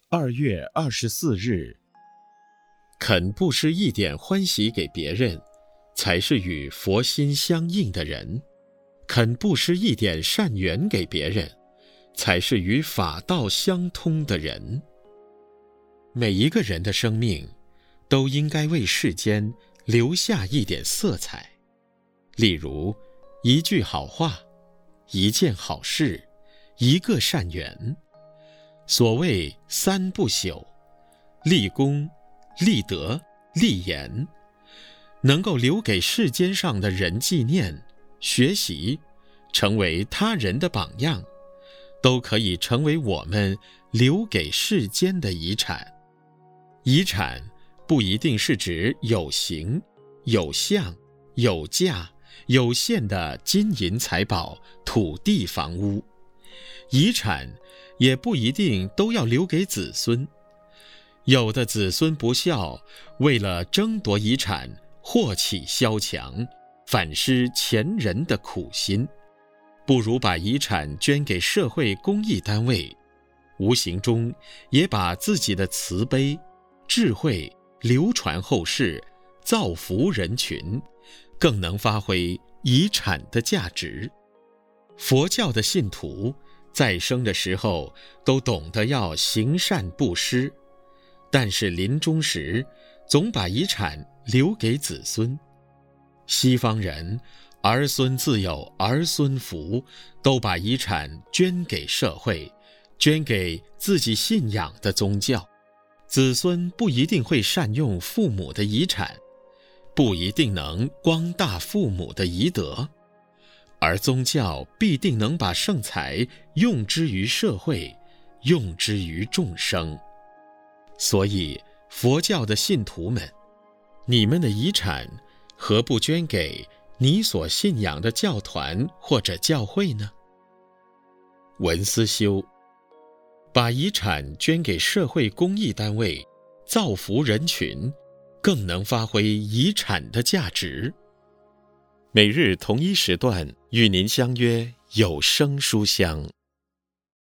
2月24日，肯布施一点欢喜给别人，才是与佛心相应的人；肯布施一点善缘给别人，才是与法道相通的人。每一个人的生命，都应该为世间留下一点色彩，例如一句好话，一件好事，一个善缘。所谓三不朽，立功、立德、立言，能够留给世间上的人纪念、学习，成为他人的榜样，都可以成为我们留给世间的遗产。遗产不一定是指有形、有相、有价、有限的金银财宝、土地房屋，遗产也不一定都要留给子孙。有的子孙不孝，为了争夺遗产，祸起萧墙，反失前人的苦心，不如把遗产捐给社会公益单位，无形中也把自己的慈悲、智慧流传后世，造福人群，更能发挥遗产的价值。佛教的信徒在生的时候都懂得要行善布施，但是临终时总把遗产留给子孙。西方人儿孙自有儿孙福，都把遗产捐给社会，捐给自己信仰的宗教。子孙不一定会善用父母的遗产，不一定能光大父母的遗德，而宗教必定能把圣财用之于社会，用之于众生。所以佛教的信徒们，你们的遗产何不捐给你所信仰的教团或者教会呢？文思修，把遗产捐给社会公益单位，造福人群，更能发挥遗产的价值。每日同一时段与您相约有声书香。